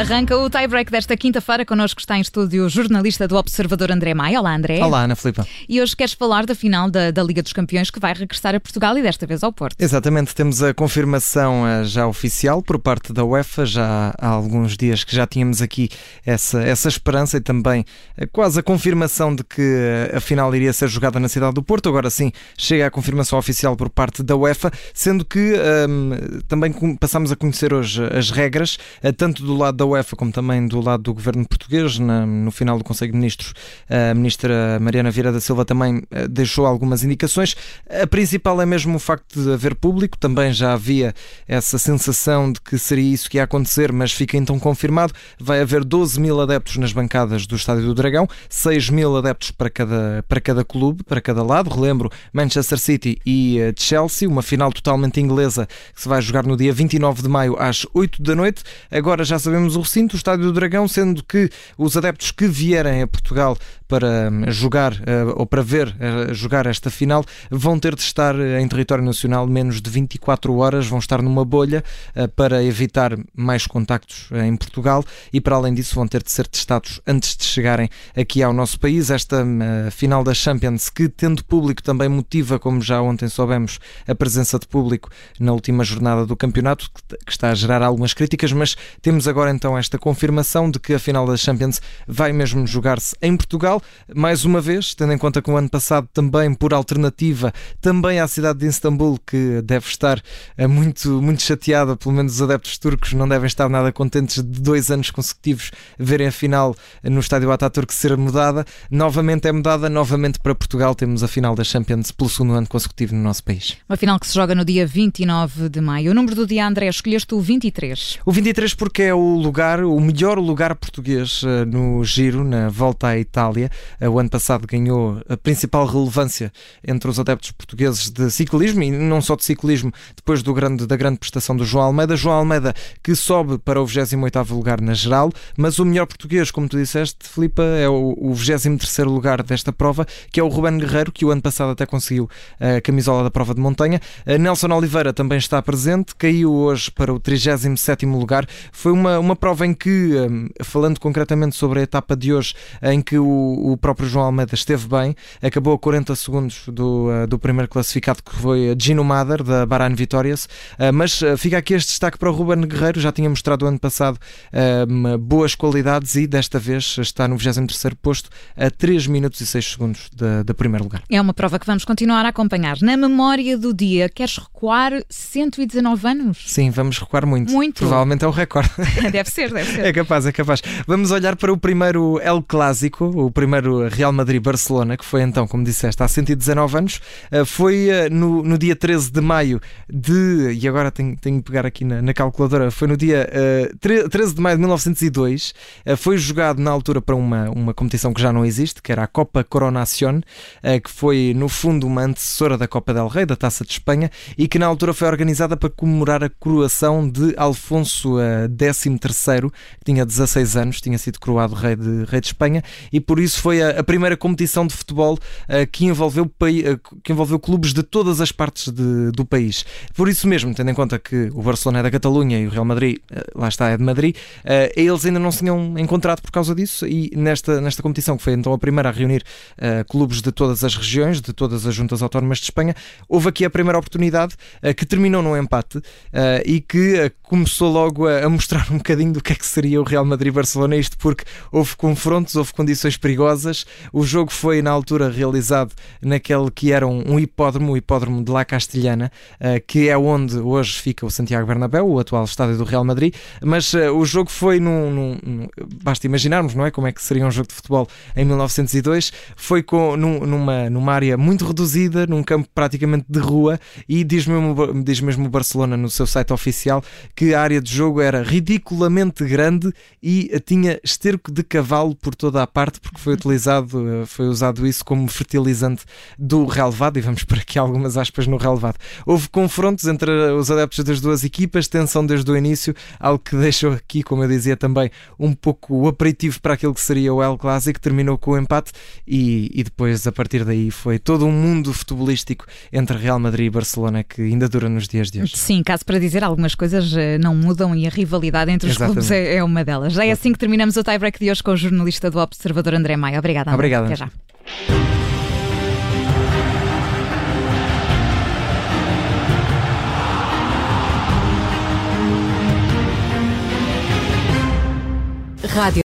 Arranca o tie-break desta quinta-feira. Connosco está em estúdio o jornalista do Observador André Maia. Olá, André. Olá, Ana Filipa. E hoje queres falar da final da Liga dos Campeões, que vai regressar a Portugal e desta vez ao Porto. Exatamente, temos a confirmação já oficial por parte da UEFA. Já há alguns dias que já tínhamos aqui essa esperança e também quase a confirmação de que a final iria ser jogada na cidade do Porto. Agora sim, chega a confirmação oficial por parte da UEFA, sendo que também passamos a conhecer hoje as regras, tanto do lado da UEFA como também do lado do governo português. No final do Conselho de Ministros, a ministra Mariana Vieira da Silva também deixou algumas indicações. A principal é mesmo o facto de haver público. Também já havia essa sensação de que seria isso que ia acontecer, mas fica então confirmado. Vai haver 12 mil adeptos nas bancadas do Estádio do Dragão, 6 mil adeptos para cada clube, para cada lado. Relembro, Manchester City e Chelsea, uma final totalmente inglesa que se vai jogar no dia 29 de maio às 8 da noite. Agora já sabemos o recinto, o Estádio do Dragão, sendo que os adeptos que vierem a Portugal para jogar ou para ver jogar esta final vão ter de estar em território nacional menos de 24 horas, vão estar numa bolha para evitar mais contactos em Portugal e, para além disso, vão ter de ser testados antes de chegarem aqui ao nosso país. Esta final da Champions, que tendo público também motiva, como já ontem soubemos, a presença de público na última jornada do campeonato, que está a gerar algumas críticas, mas temos agora então esta confirmação de que a final da Champions vai mesmo jogar-se em Portugal, mais uma vez, tendo em conta que o ano passado também, por alternativa, também à cidade de Istambul, que deve estar muito, muito chateada, pelo menos os adeptos turcos não devem estar nada contentes de 2 anos consecutivos verem a final no estádio Atatürk ser mudada. Novamente é mudada, novamente para Portugal temos a final da Champions pelo 2º ano consecutivo no nosso país. Uma final que se joga no dia 29 de maio. O número do dia, André, escolheste o 23. O 23 porque é o melhor lugar português no Giro, na Volta à Itália. O ano passado ganhou a principal relevância entre os adeptos portugueses de ciclismo, e não só de ciclismo, depois da grande prestação do João Almeida. João Almeida, que sobe para o 28º lugar na geral, mas o melhor português, como tu disseste, Filipa, é o 23º lugar desta prova, que é o Ruben Guerreiro, que o ano passado até conseguiu a camisola da prova de montanha. Nelson Oliveira também está presente, caiu hoje para o 37º lugar. Foi uma prova em que, falando concretamente sobre a etapa de hoje, em que o próprio João Almeida esteve bem, acabou a 40 segundos do primeiro classificado, que foi Gino Mader, da Bahrain Vitórias, mas fica aqui este destaque para o Ruben Guerreiro. Já tinha mostrado o ano passado boas qualidades e desta vez está no 23º posto, a 3 minutos e 6 segundos do primeiro lugar. É uma prova que vamos continuar a acompanhar. Na memória do dia, queres recuar 119 anos? Sim, vamos recuar muito. Muito. Provavelmente é o recorde. Deve ser. É capaz. Vamos olhar para o primeiro El Clásico, o primeiro Real Madrid-Barcelona, que foi então, como disseste, há 119 anos. Foi no dia 13 de maio e agora tenho que pegar aqui na calculadora, foi no dia 13 de maio de 1902. Foi jogado na altura para uma competição que já não existe, que era a Copa Coronación, que foi no fundo uma antecessora da Copa del Rei, da Taça de Espanha, e que na altura foi organizada para comemorar a coroação de Alfonso XIII, que tinha 16 anos, tinha sido coroado rei de Espanha, e por isso foi a primeira competição de futebol que envolveu clubes de todas as partes do país. Por isso mesmo, tendo em conta que o Barcelona é da Catalunha e o Real Madrid, lá está, é de Madrid, eles ainda não se tinham encontrado por causa disso, e nesta competição, que foi então a primeira a reunir clubes de todas as regiões, de todas as juntas autónomas de Espanha, houve aqui a primeira oportunidade, que terminou num empate e que começou logo a mostrar um bocadinho do que é que seria o Real Madrid-Barcelona, isto porque houve confrontos, houve condições perigosas. O jogo foi na altura realizado naquele que era um hipódromo, o hipódromo de La Castellana, que é onde hoje fica o Santiago Bernabéu, o atual estádio do Real Madrid, mas o jogo foi basta imaginarmos, não é, como é que seria um jogo de futebol em 1902, foi numa área muito reduzida, num campo praticamente de rua, e diz mesmo o Barcelona no seu site oficial que a área de jogo era ridiculamente grande e tinha esterco de cavalo por toda a parte, porque foi utilizado, foi usado isso como fertilizante do relevado, e vamos por aqui algumas aspas no relevado. Houve confrontos entre os adeptos das duas equipas, tensão desde o início, algo que deixou aqui, como eu dizia também, um pouco o aperitivo para aquilo que seria o El Clásico. Terminou com o empate e depois, a partir daí, foi todo um mundo futebolístico entre Real Madrid e Barcelona que ainda dura nos dias de hoje. Sim, caso para dizer, algumas coisas não mudam e a rivalidade entre os clubes é uma delas. Já é assim que terminamos o tie-break de hoje com o jornalista do Observador, André Maia. Obrigada, André. Obrigado. Até já. Rádio